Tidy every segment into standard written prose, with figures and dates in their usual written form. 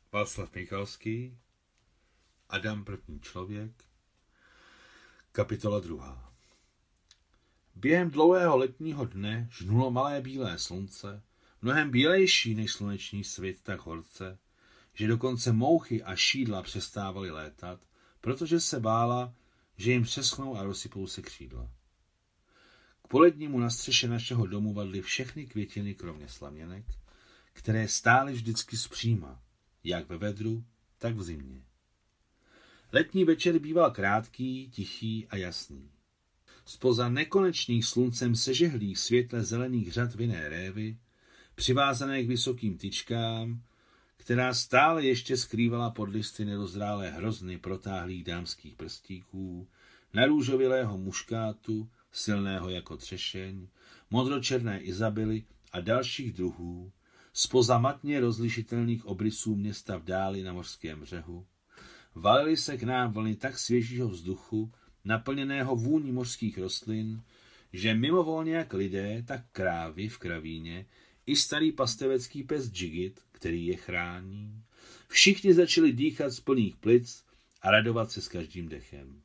Václav Michalský, Adam první člověk, kapitola 2. Během dlouhého letního dne žnulo malé bílé slunce, mnohem bílejší než sluneční svit, tak horce, že dokonce mouchy a šídla přestávaly létat, protože se bála, že jim přeschnou a rozsypou se křídla. K polednímu na střeše našeho domu vadly všechny květiny kromě slaměnek, které stály vždycky zpříma, jak ve vedru, tak v zimě. Letní večer býval krátký, tichý a jasný. Zpoza nekonečných sluncem sežehlých světle zelených řad vinné révy, přivázané k vysokým tyčkám, která stále ještě skrývala pod listy nedozrálé hrozny protáhlých dámských prstíků, narůžovilého muškátu, silného jako třešeň, modročerné Izabely a dalších druhů, zpoza matně rozlišitelných obrysů města v dáli na mořském břehu, valily se k nám vlny tak svěžího vzduchu, naplněného vůní mořských rostlin, že mimovolně jak lidé, tak krávy v kravíně i starý pastevecký pes Džigit, který je chrání, všichni začali dýchat z plných plic a radovat se s každým dechem.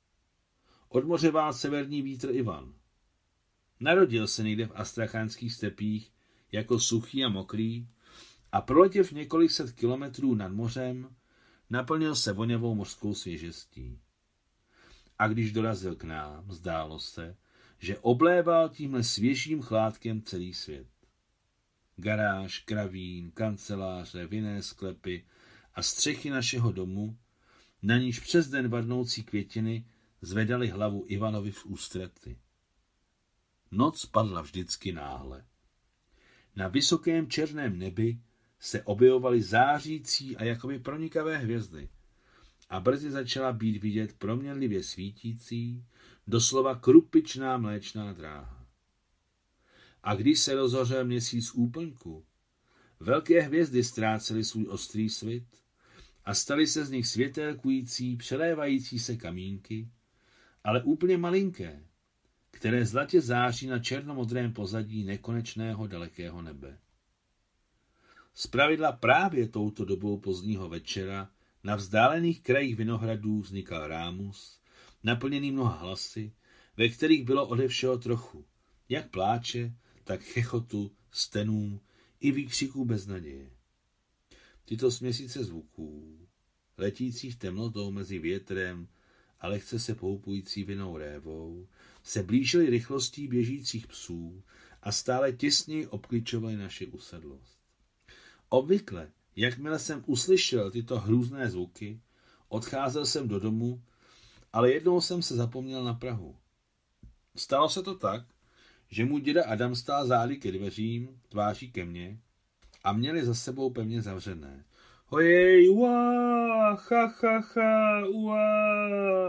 Od moře vál severní vítr Ivan. Narodil se někde v astrachanských stepích jako suchý a mokrý a proletěv několik set kilometrů nad mořem, naplnil se voňavou mořskou svěžestí. A když dorazil k nám, zdálo se, že obléval tímhle svěžím chládkem celý svět. Garáž, kravín, kanceláře, vinné sklepy a střechy našeho domu, na níž přes den vadnoucí květiny zvedaly hlavu Ivanovi v ústrety. Noc padla vždycky náhle. Na vysokém černém nebi se objevovaly zářící a jakoby pronikavé hvězdy a brzy začala být vidět proměnlivě svítící, doslova krupičná mléčná dráha. A když se rozhořel měsíc úplňku, velké hvězdy ztrácely svůj ostrý svit a staly se z nich světelkující, přelévající se kamínky, ale úplně malinké, které zlatě září na černomodrém pozadí nekonečného dalekého nebe. Zpravidla právě touto dobou pozdního večera na vzdálených krajích vinohradů vznikal rámus, naplněný mnoha hlasy, ve kterých bylo ode všeho trochu, jak pláče, tak chechotu, stenů i výkřiků beznaděje. Tyto směsice zvuků, letících temnotou mezi větrem a lehce se pohoupující vinnou révou, se blížily rychlostí běžících psů a stále těsněji obkličovaly naši usedlost. Obvykle, jakmile jsem uslyšel tyto hrůzné zvuky, odcházel jsem do domu, ale jednou jsem se zapomněl na prahu. Stalo se to tak, že můj děda Adam stál zády ke dveřím, tváří ke mně, a měli za sebou pevně zavřené. Hojej, uá, cha, cha, cha, uá,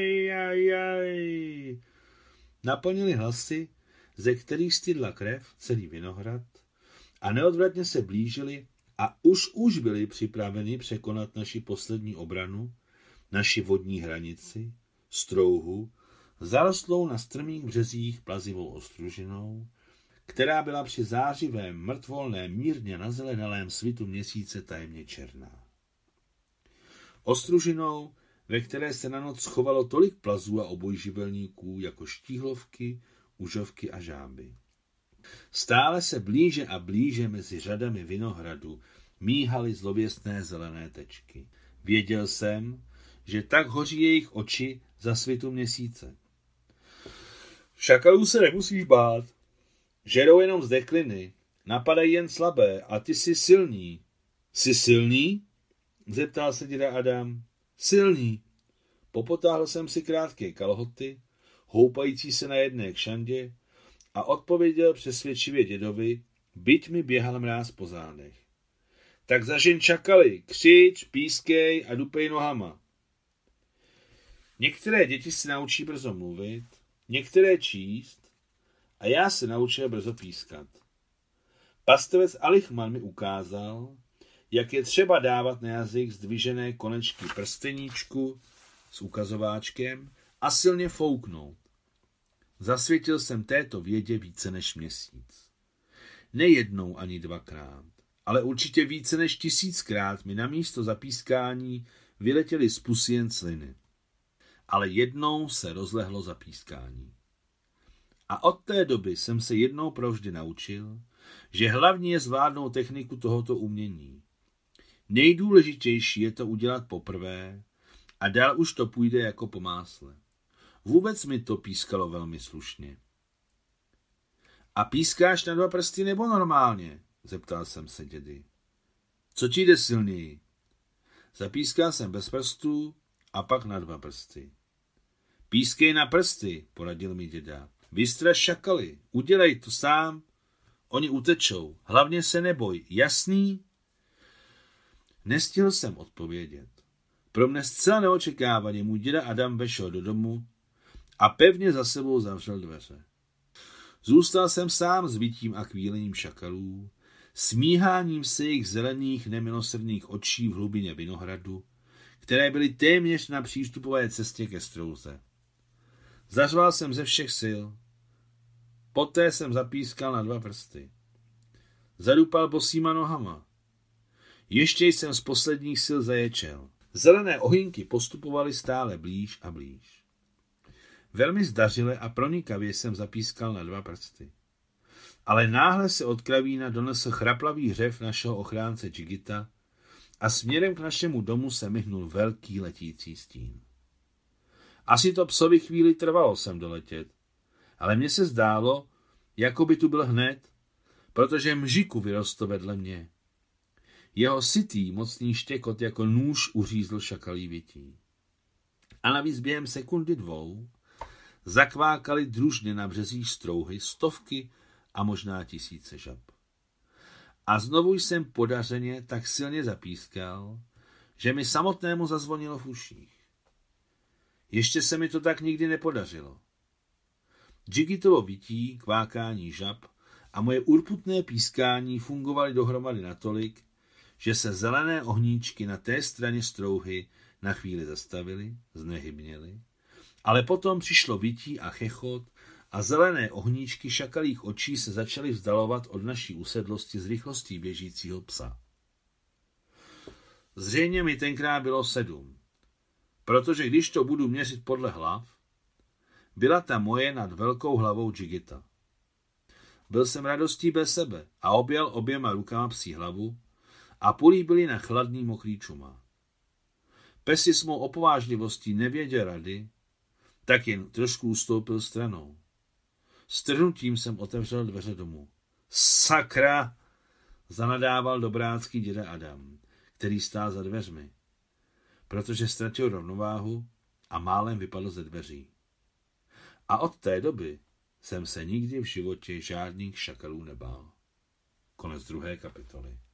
aj. Naplnili hlasy, ze kterých stydla krev celý vinohrad a neodvratně se blížili a už byli připraveni překonat naši poslední obranu, naši vodní hranici, strouhu, zarostlou na strmých březích plazivou ostružinou, která byla při zářivém, mrtvolném, mírně nazelenalém svitu měsíce tajemně černá. Ostružinou, ve které se na noc schovalo tolik plazů a obojživelníků jako štíhlovky, užovky a žáby. Stále se blíže a blíže mezi řadami vinohradu míhaly zlověstné zelené tečky. Věděl jsem, že tak hoří jejich oči za svitu měsíce. Šakalů se nemusíš bát. Žerou jenom zdekliny, napadají jen slabé a ty jsi silný. Jsi silný? Zeptal se děda Adam. Silný. Popotáhl jsem si krátké kalhoty, houpající se na jedné kšandě a odpověděl přesvědčivě dědovi, byť mi běhal mráz po zádech. Tak zažeň čakaly, křič, pískej a dupej nohama. Některé děti se naučí brzo mluvit, některé číst a já se naučil brzo pískat. Pastevec Alichman mi ukázal, jak je třeba dávat na jazyk zdvižené konečky prsteníčku s ukazováčkem a silně fouknout. Zasvětil jsem této vědě více než měsíc. Nejednou ani dvakrát, ale určitě více než 1000krát mi na místo zapískání vyletěly z pusy jen sliny. Ale jednou se rozlehlo zapískání. A od té doby jsem se jednou provždy naučil, že hlavní je zvládnout techniku tohoto umění. Nejdůležitější je to udělat poprvé a dál už to půjde jako po másle. Vůbec mi to pískalo velmi slušně. A pískáš na 2 prsty nebo normálně? Zeptal jsem se dědy. Co ti jde silněji? Zapískal jsem bez prstů a pak na 2 prsty. Pískej na prsty, poradil mi děda. Vystraš šakaly, udělej to sám. Oni utečou, hlavně se neboj, jasný? Nestihl jsem odpovědět. Pro mne zcela neočekávaně můj děda Adam vešel do domu a pevně za sebou zavřel dveře. Zůstal jsem sám s vytím a kvílením šakalů, smíháním se jejich zelených nemilosrdných očí v hlubině vinohradu, které byly téměř na přístupové cestě ke strouze. Zařval jsem ze všech sil. Poté jsem zapískal na 2 prsty. Zadupal bosýma nohama. Ještě jsem z posledních sil zaječel. Zelené ohýnky postupovaly stále blíž a blíž. Velmi zdařile a pronikavě jsem zapískal na 2 prsty. Ale náhle se od kravína donesl chraplavý hřev našeho ochránce Džigita a směrem k našemu domu se myhnul velký letící stín. Asi to psovi chvíli trvalo sem doletět, ale mně se zdálo, jako by tu byl hned, protože Mžiku vyrostl vedle mě. Jeho sytý, mocný štěkot jako nůž uřízl šakalí vytí. A navíc během sekundy 2 zakvákaly družně na březích strouhy stovky a možná 1000 žab. A znovu jsem podařeně tak silně zapískal, že mi samotnému zazvonilo v uších. Ještě se mi to tak nikdy nepodařilo. Džigitovo vytí, kvákání žab a moje urputné pískání fungovaly dohromady natolik, že se zelené ohníčky na té straně strouhy na chvíli zastavily, znehybněly, ale potom přišlo vytí a chechot a zelené ohníčky šakalých očí se začaly vzdalovat od naší usedlosti s rychlostí běžícího psa. Zřejmě mi tenkrát bylo 7, protože když to budu měřit podle hlav, byla ta moje nad velkou hlavou Džigita. Byl jsem radostí bez sebe a objel oběma rukama psí hlavu a políbili na chladný mokrý čumák. Pes si s mou opovážlivostí nevěděl rady, tak jen trošku ustoupil stranou. S trhnutím jsem otevřel dveře domu. Sakra! Zanadával dobrácký děda Adam, který stál za dveřmi, protože ztratil rovnováhu a málem vypadl ze dveří. A od té doby jsem se nikdy v životě žádných šakalů nebál. Konec 2. kapitoly.